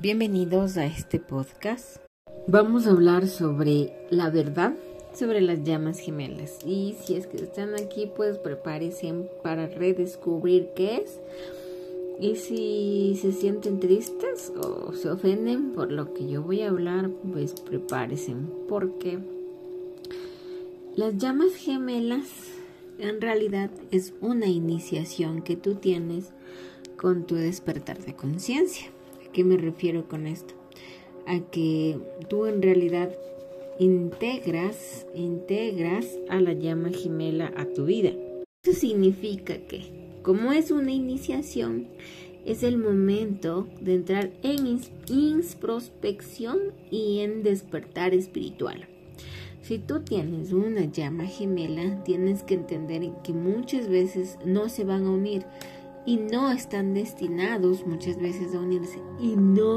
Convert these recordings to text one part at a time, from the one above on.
Bienvenidos a este podcast. Vamos a hablar sobre la verdad sobre las llamas gemelas. Y si es que están aquí, pues prepárense para redescubrir qué es. Y si se sienten tristes o se ofenden por lo que yo voy a hablar, pues prepárense, porque las llamas gemelas en realidad es una iniciación que tú tienes con tu despertar de conciencia. ¿A qué me refiero con esto? A que tú en realidad integras a la llama gemela a tu vida. Eso significa que, como es una iniciación, es el momento de entrar en introspección y en despertar espiritual. Si tú tienes una llama gemela, tienes que entender que muchas veces no se van a unir y no están destinados muchas veces a unirse y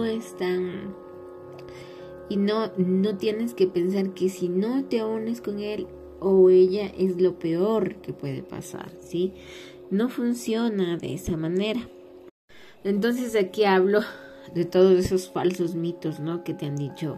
no tienes que pensar que si no te unes con él o ella es lo peor que puede pasar, ¿sí? No funciona de esa manera. Entonces aquí hablo de todos esos falsos mitos, ¿no? Que te han dicho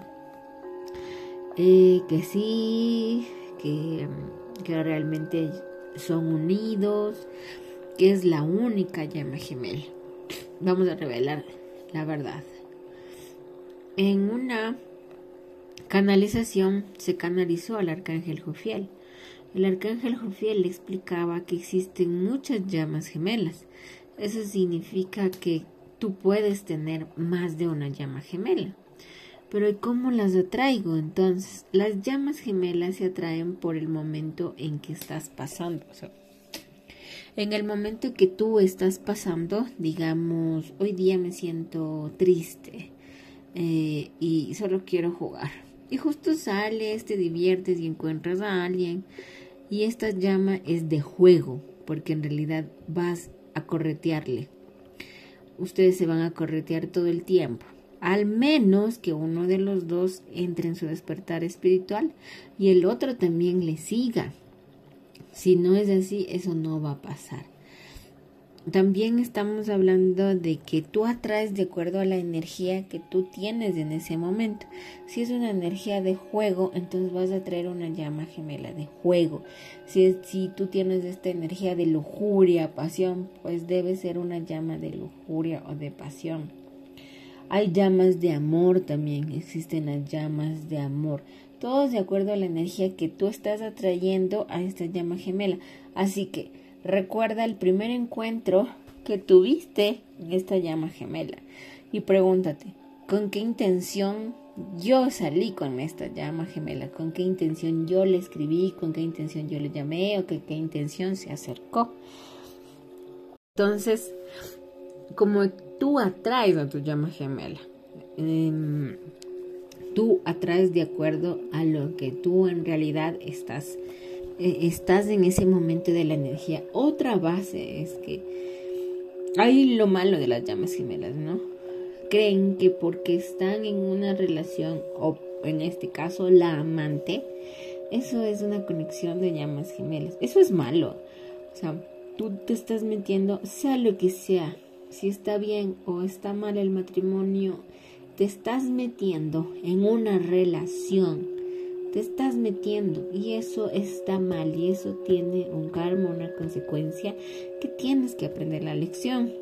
que sí, que realmente son unidos, que es la única llama gemela. Vamos a revelar la verdad. En una canalización se canalizó al arcángel Jofiel. El arcángel Jofiel le explicaba que existen muchas llamas gemelas. Eso significa que tú puedes tener más de una llama gemela. Pero ¿y cómo las atraigo? Entonces, las llamas gemelas se atraen por el momento en que estás pasando. O sea, en el momento que tú estás pasando, digamos, hoy día me siento triste y solo quiero jugar. Y justo sales, te diviertes y encuentras a alguien. Y esta llama es de juego, porque en realidad vas a corretearle. Ustedes se van a corretear todo el tiempo. Al menos que uno de los dos entre en su despertar espiritual y el otro también le siga. Si no es así, eso no va a pasar. También estamos hablando de que tú atraes de acuerdo a la energía que tú tienes en ese momento. Si es una energía de juego, entonces vas a traer una llama gemela de juego. Si tú tienes esta energía de lujuria, pasión, pues debe ser una llama de lujuria o de pasión. Hay llamas de amor también, existen las llamas de amor. Todos de acuerdo a la energía que tú estás atrayendo a esta llama gemela. Así que recuerda el primer encuentro que tuviste en esta llama gemela y pregúntate, ¿con qué intención yo salí con esta llama gemela? ¿Con qué intención yo le escribí? ¿Con qué intención yo le llamé? ¿O con qué intención se acercó? Entonces, como tú atraes a tu llama gemela, tú atraes de acuerdo a lo que tú en realidad estás en ese momento de la energía. Otra base es que hay lo malo de las llamas gemelas, ¿no? Creen que porque están en una relación, o en este caso la amante, eso es una conexión de llamas gemelas. Eso es malo. O sea, tú te estás metiendo, sea lo que sea, si está bien o está mal el matrimonio, te estás metiendo en una relación. Te estás metiendo y eso está mal y eso tiene un karma, una consecuencia que tienes que aprender la lección.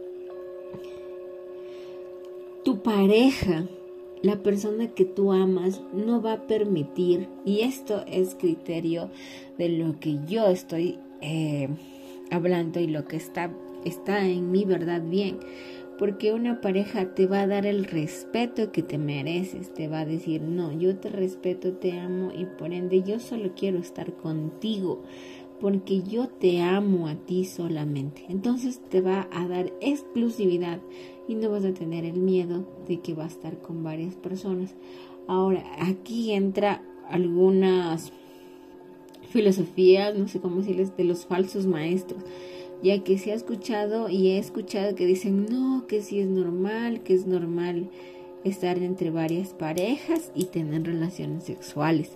Tu pareja, la persona que tú amas, no va a permitir, y esto es criterio de lo que yo estoy hablando y lo que está en mi verdad bien. Porque una pareja te va a dar el respeto que te mereces, te va a decir, no, yo te respeto, te amo y por ende yo solo quiero estar contigo porque yo te amo a ti solamente. Entonces te va a dar exclusividad y no vas a tener el miedo de que va a estar con varias personas. Ahora, aquí entra algunas filosofías, no sé cómo decirles, de los falsos maestros. Ya que se ha escuchado y he escuchado que dicen, no, que sí es normal, que es normal estar entre varias parejas y tener relaciones sexuales.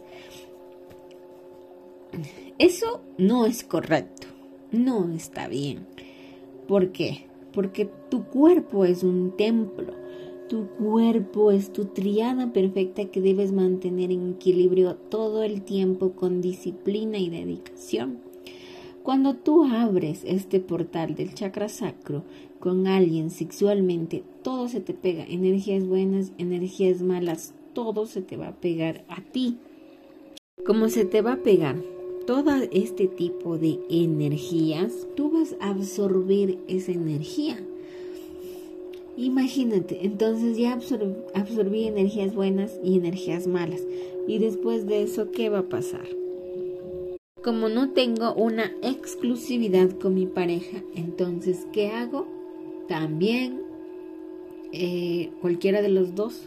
Eso no es correcto, no está bien. ¿Por qué? Porque tu cuerpo es un templo. tu cuerpo, es tu tríada perfecta que debes mantener en equilibrio todo el tiempo con disciplina y dedicación. Cuando tú abres este portal del chakra sacro con alguien sexualmente, todo se te pega, energías buenas, energías malas, todo se te va a pegar a ti. Como se te va a pegar todo este tipo de energías, tú vas a absorber esa energía. Imagínate, entonces ya absorbí energías buenas y energías malas. Y después de eso, ¿qué va a pasar? Como no tengo una exclusividad con mi pareja, entonces, ¿qué hago? También cualquiera de los dos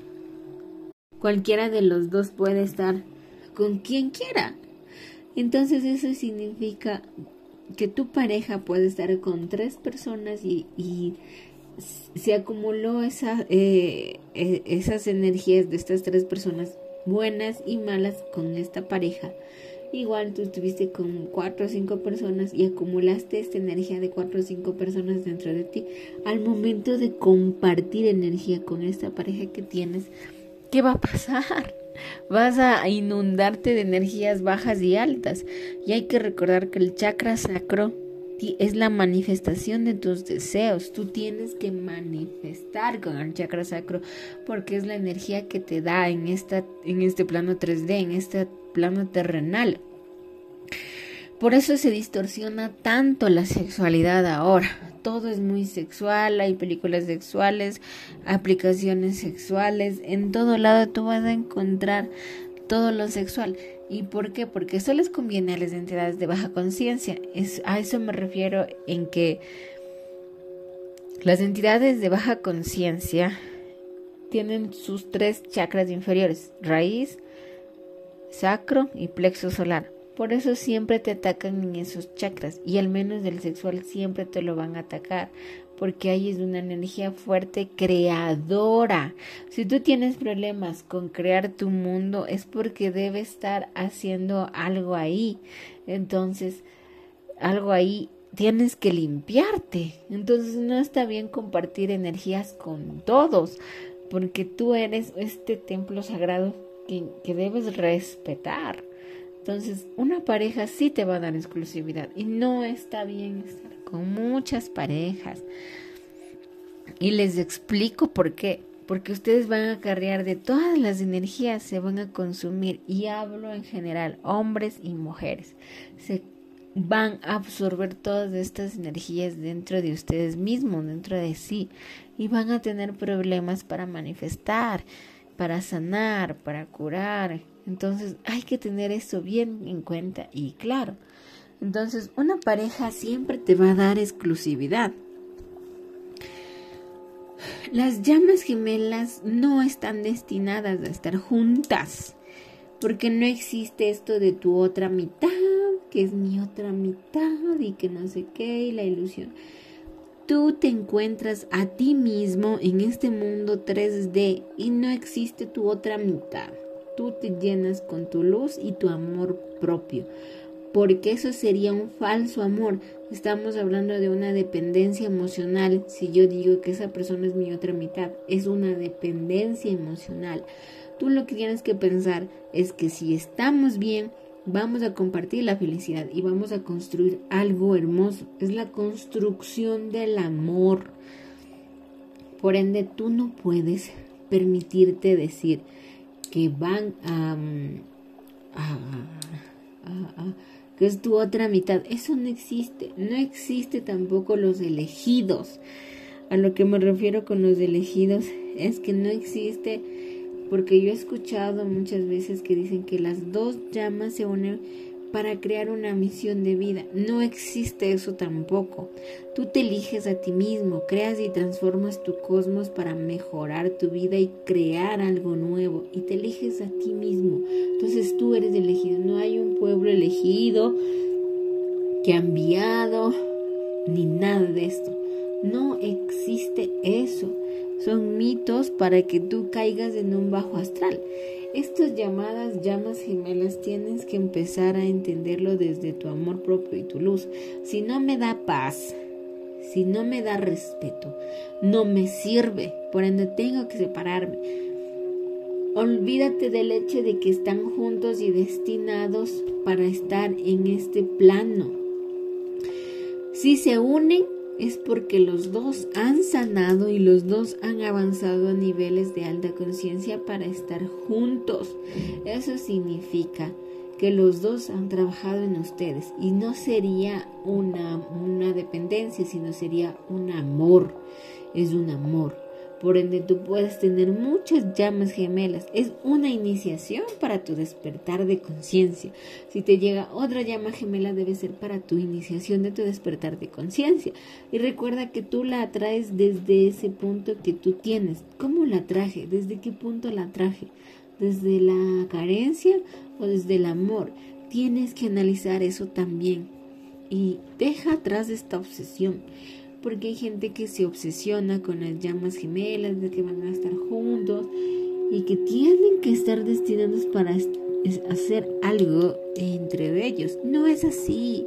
puede estar con quien quiera. Entonces eso significa que tu pareja puede estar con 3 personas y se acumuló esas energías de estas 3 personas buenas y malas con esta pareja. Igual tú estuviste con 4 o 5 personas y acumulaste esta energía de 4 o 5 personas dentro de ti. Al momento de compartir energía con esta pareja que tienes, ¿qué va a pasar? Vas a inundarte de energías bajas y altas. Y hay que recordar que el chakra sacro es la manifestación de tus deseos. Tú tienes que manifestar con el chakra sacro porque es la energía que te da en este plano 3D, en este plano terrenal. Por eso se distorsiona tanto la sexualidad ahora. Todo es muy sexual, hay películas sexuales, aplicaciones sexuales, en todo lado tú vas a encontrar todo lo sexual. ¿Y por qué? Porque eso les conviene a las entidades de baja conciencia. A eso me refiero en que las entidades de baja conciencia tienen sus 3 chakras inferiores: raíz, sacro y plexo solar. Por eso siempre te atacan en esos chakras, y al menos del sexual siempre te lo van a atacar, porque ahí es una energía fuerte creadora. Si tú tienes problemas con crear tu mundo, es porque debe estar haciendo algo ahí. Entonces, algo ahí tienes que limpiarte. Entonces no está bien compartir energías con todos, porque tú eres este templo sagrado que debes respetar. Entonces, una pareja sí te va a dar exclusividad y no está bien estar con muchas parejas. Y les explico por qué. Porque ustedes van a acarrear de todas las energías, se van a consumir. Y hablo en general, hombres y mujeres. Se van a absorber todas estas energías dentro de ustedes mismos, dentro de sí. Y van a tener problemas para manifestar, para sanar, para curar. Entonces hay que tener eso bien en cuenta y claro. Entonces una pareja siempre te va a dar exclusividad. Las llamas gemelas no están destinadas a estar juntas, porque no existe esto de tu otra mitad, que es mi otra mitad y que no sé qué, y la ilusión. Tú te encuentras a ti mismo en este mundo 3D y no existe tu otra mitad. Tú te llenas con tu luz y tu amor propio, porque eso sería un falso amor. Estamos hablando de una dependencia emocional. Si yo digo que esa persona es mi otra mitad, es una dependencia emocional. Tú lo que tienes que pensar es que si estamos bien, vamos a compartir la felicidad y vamos a construir algo hermoso. Es la construcción del amor. Por ende, tú no puedes permitirte decir que van que es tu otra mitad. Eso no existe. No existe tampoco los elegidos. A lo que me refiero con los elegidos es que no existe, porque yo he escuchado muchas veces que dicen que las 2 llamas se unen para crear una misión de vida. No existe eso tampoco. Tú te eliges a ti mismo, creas y transformas tu cosmos para mejorar tu vida y crear algo nuevo, y te eliges a ti mismo. Entonces tú eres elegido. No hay un pueblo elegido que ha enviado ni nada de esto. No existe eso. Son mitos para que tú caigas en un bajo astral. Estas llamadas llamas gemelas tienes que empezar a entenderlo desde tu amor propio y tu luz. Si no me da paz, si no me da respeto, no me sirve, por ende tengo que separarme. Olvídate del hecho de que están juntos y destinados para estar en este plano. Si se unen es porque los dos han sanado y los dos han avanzado a niveles de alta conciencia para estar juntos. Eso significa que los dos han trabajado en ustedes y no sería una dependencia, sino sería un amor. Es un amor. Por ende, tú puedes tener muchas llamas gemelas. Es una iniciación para tu despertar de conciencia. Si te llega otra llama gemela, debe ser para tu iniciación de tu despertar de conciencia. Y recuerda que tú la atraes desde ese punto que tú tienes. ¿Cómo la traje? ¿Desde qué punto la traje? ¿Desde la carencia o desde el amor? Tienes que analizar eso también. Y deja atrás esta obsesión. Porque hay gente que se obsesiona con las llamas gemelas, de que van a estar juntos y que tienen que estar destinados para hacer algo entre ellos. No es así.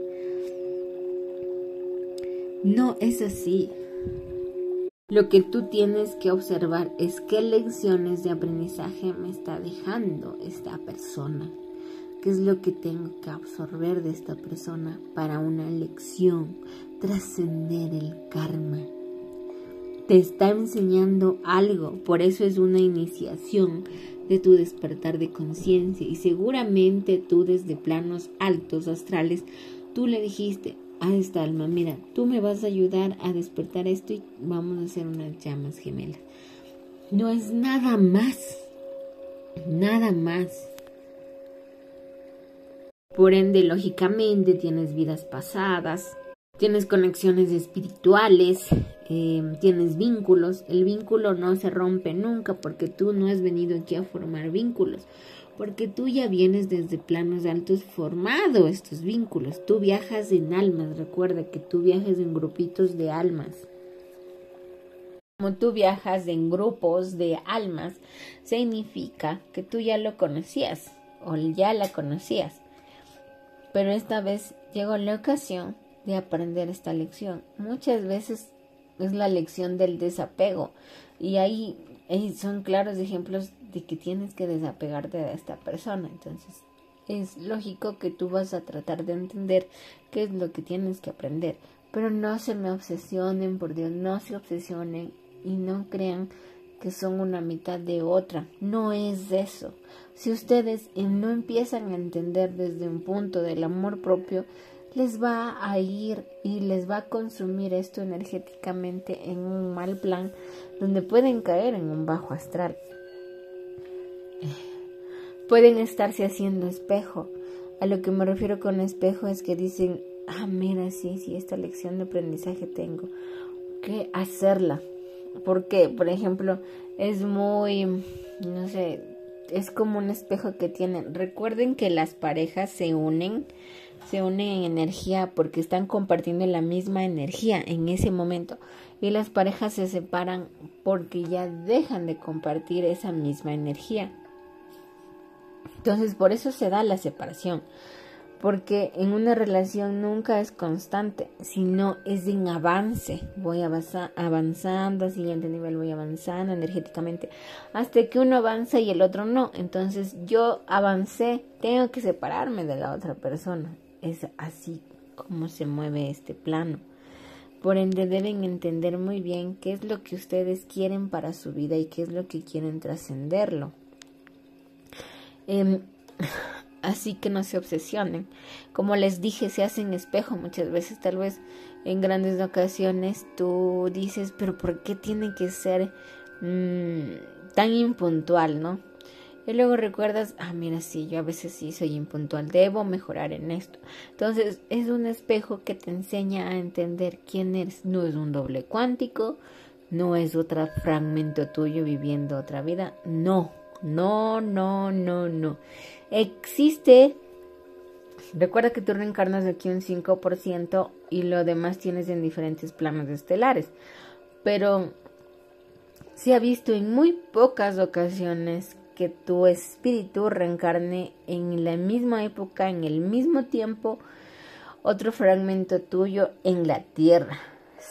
No es así. Lo que tú tienes que observar es qué lecciones de aprendizaje me está dejando esta persona. ¿Qué es lo que tengo que absorber de esta persona para una lección? Trascender el karma. Te está enseñando algo, por eso es una iniciación de tu despertar de conciencia. Y seguramente tú desde planos altos astrales, tú le dijiste a esta alma, mira, tú me vas a ayudar a despertar esto y vamos a hacer unas llamas gemelas. No es nada más, nada más. Por ende, lógicamente, tienes vidas pasadas, tienes conexiones espirituales, tienes vínculos. El vínculo no se rompe nunca porque tú no has venido aquí a formar vínculos. Porque tú ya vienes desde planos altos formado estos vínculos. Tú viajas en almas, recuerda que tú viajas en grupitos de almas. Como tú viajas en grupos de almas, significa que tú ya lo conocías o ya la conocías. Pero esta vez llegó la ocasión de aprender esta lección. Muchas veces es la lección del desapego. Y ahí son claros ejemplos de que tienes que desapegarte de esta persona. Entonces es lógico que tú vas a tratar de entender qué es lo que tienes que aprender. Pero no se me obsesionen, por Dios, no se obsesionen y no crean que son una mitad de otra. No es eso. Si ustedes no empiezan a entender desde un punto del amor propio, les va a ir y les va a consumir esto energéticamente en un mal plan, donde pueden caer en un bajo astral. Pueden estarse haciendo espejo. A lo que me refiero con espejo es que dicen, mira, sí, esta lección de aprendizaje tengo que hacerla. Porque, por ejemplo, es muy, no sé, es como un espejo que tienen. Recuerden que las parejas se unen en energía porque están compartiendo la misma energía en ese momento. Y las parejas se separan porque ya dejan de compartir esa misma energía. Entonces, por eso se da la separación. Porque en una relación nunca es constante, sino es en avance. Voy avanzando al siguiente nivel, voy avanzando energéticamente, hasta que uno avanza y el otro no. Entonces yo avancé, tengo que separarme de la otra persona. Es así como se mueve este plano. Por ende deben entender muy bien qué es lo que ustedes quieren para su vida y qué es lo que quieren trascenderlo. Así que no se obsesionen. Como les dije, se hacen espejo muchas veces. Tal vez en grandes ocasiones tú dices, pero ¿por qué tiene que ser tan impuntual, no? Y luego recuerdas, mira, sí, yo a veces sí soy impuntual, debo mejorar en esto. Entonces es un espejo que te enseña a entender quién eres. No es un doble cuántico, no es otro fragmento tuyo viviendo otra vida, no. Existe, recuerda que tú reencarnas de aquí un 5% y lo demás tienes en diferentes planos estelares, pero se ha visto en muy pocas ocasiones que tu espíritu reencarne en la misma época, en el mismo tiempo, otro fragmento tuyo en la tierra.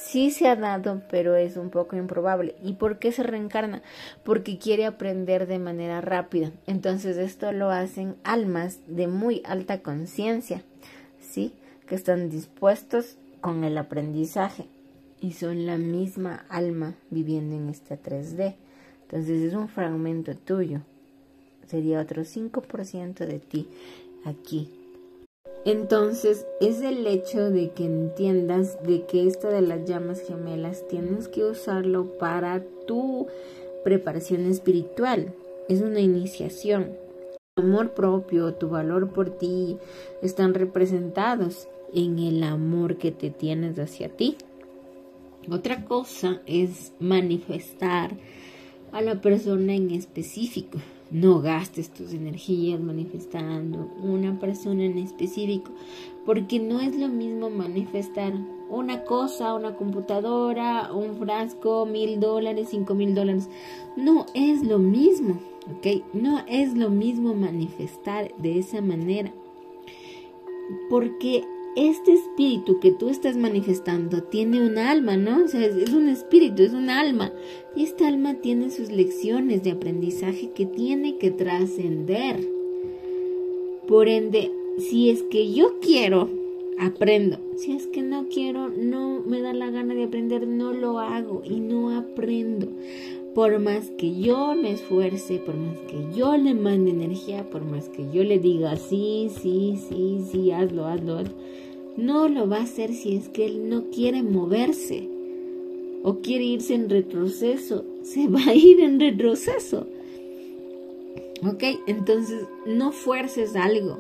Sí se ha dado, pero es un poco improbable. ¿Y por qué se reencarna? Porque quiere aprender de manera rápida. Entonces esto lo hacen almas de muy alta conciencia, ¿sí? Que están dispuestos con el aprendizaje y son la misma alma viviendo en este 3D. Entonces es un fragmento tuyo. Sería otro 5% de ti aquí. Entonces es el hecho de que entiendas de que esto de las llamas gemelas tienes que usarlo para tu preparación espiritual. Es una iniciación. Tu amor propio, tu valor por ti están representados en el amor que te tienes hacia ti. Otra cosa es manifestar a la persona en específico. No gastes tus energías manifestando una persona en específico, porque no es lo mismo manifestar una cosa, una computadora, un frasco, $1,000, $5,000. No es lo mismo, ¿ok? No es lo mismo manifestar de esa manera, porque este espíritu que tú estás manifestando tiene un alma, ¿no? O sea, es un espíritu, es un alma. Y esta alma tiene sus lecciones de aprendizaje que tiene que trascender. Por ende, si es que yo quiero, aprendo. Si es que no quiero, no me da la gana de aprender, no lo hago y no aprendo. Por más que yo me esfuerce, por más que yo le mande energía, por más que yo le diga sí, hazlo, no lo va a hacer si es que él no quiere moverse o quiere irse en retroceso. Se va a ir en retroceso. ¿Ok? Entonces no fuerces algo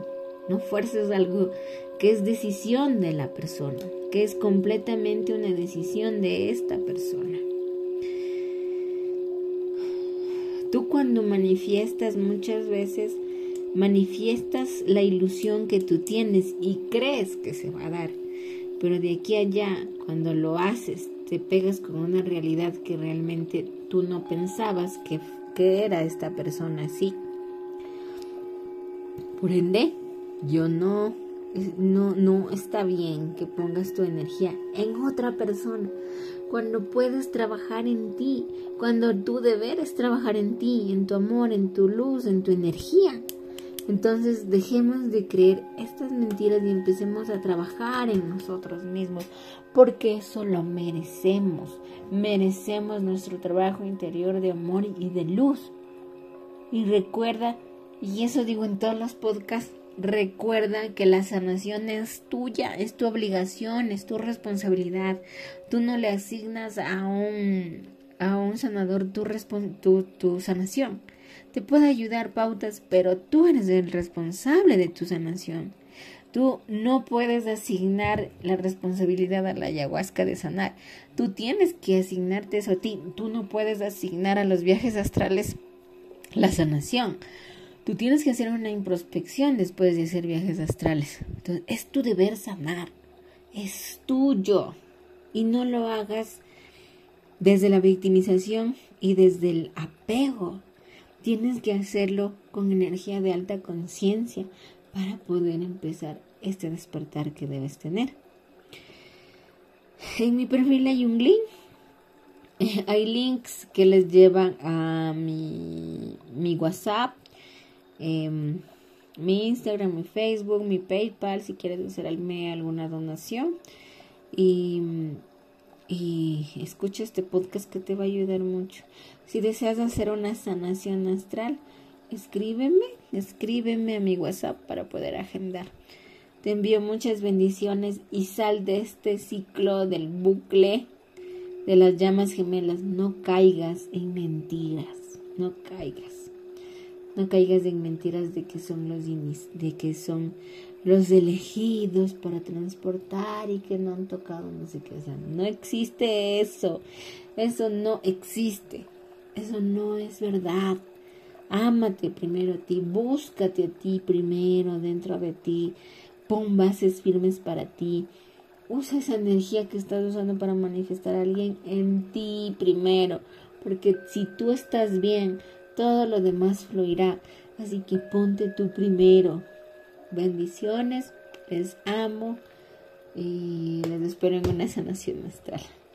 que es decisión de la persona, que es completamente una decisión de esta persona. Tú cuando manifiestas muchas veces, manifiestas la ilusión que tú tienes y crees que se va a dar. Pero de aquí a allá, cuando lo haces, te pegas con una realidad que realmente tú no pensabas que era esta persona así. Por ende, no está bien que pongas tu energía en otra persona cuando puedes trabajar en ti, cuando tu deber es trabajar en ti, en tu amor, en tu luz, en tu energía. Entonces dejemos de creer estas mentiras y empecemos a trabajar en nosotros mismos, porque eso lo merecemos. Merecemos nuestro trabajo interior de amor y de luz. Y recuerda, y eso digo en todos los podcasts, recuerda que la sanación es tuya, es tu obligación, es tu responsabilidad. Tú no le asignas a un sanador tu sanación. Te puede ayudar pautas, pero tú eres el responsable de tu sanación. Tú no puedes asignar la responsabilidad a la ayahuasca de sanar. Tú tienes que asignarte eso a ti. Tú no puedes asignar a los viajes astrales la sanación. Tú tienes que hacer una introspección después de hacer viajes astrales. Entonces, es tu deber sanar. Es tuyo. Y no lo hagas desde la victimización y desde el apego. Tienes que hacerlo con energía de alta conciencia para poder empezar este despertar que debes tener. En mi perfil hay un link. Hay links que les llevan a mi WhatsApp, mi Instagram, mi Facebook, mi PayPal, si quieres hacerme alguna donación. Y escucha este podcast que te va a ayudar mucho. Si deseas hacer una sanación astral, escríbeme a mi WhatsApp para poder agendar. Te envío muchas bendiciones y sal de este ciclo del bucle de las llamas gemelas. No caigas en mentiras. No caigas en mentiras de que son los elegidos para transportar y que no han tocado no sé qué. O sea, no existe eso. Eso no existe. Eso no es verdad. Ámate primero a ti. Búscate a ti primero dentro de ti. Pon bases firmes para ti. Usa esa energía que estás usando para manifestar a alguien en ti primero. Porque si tú estás bien, todo lo demás fluirá. Así que ponte tú primero. Bendiciones, les amo y les espero en una sanación astral.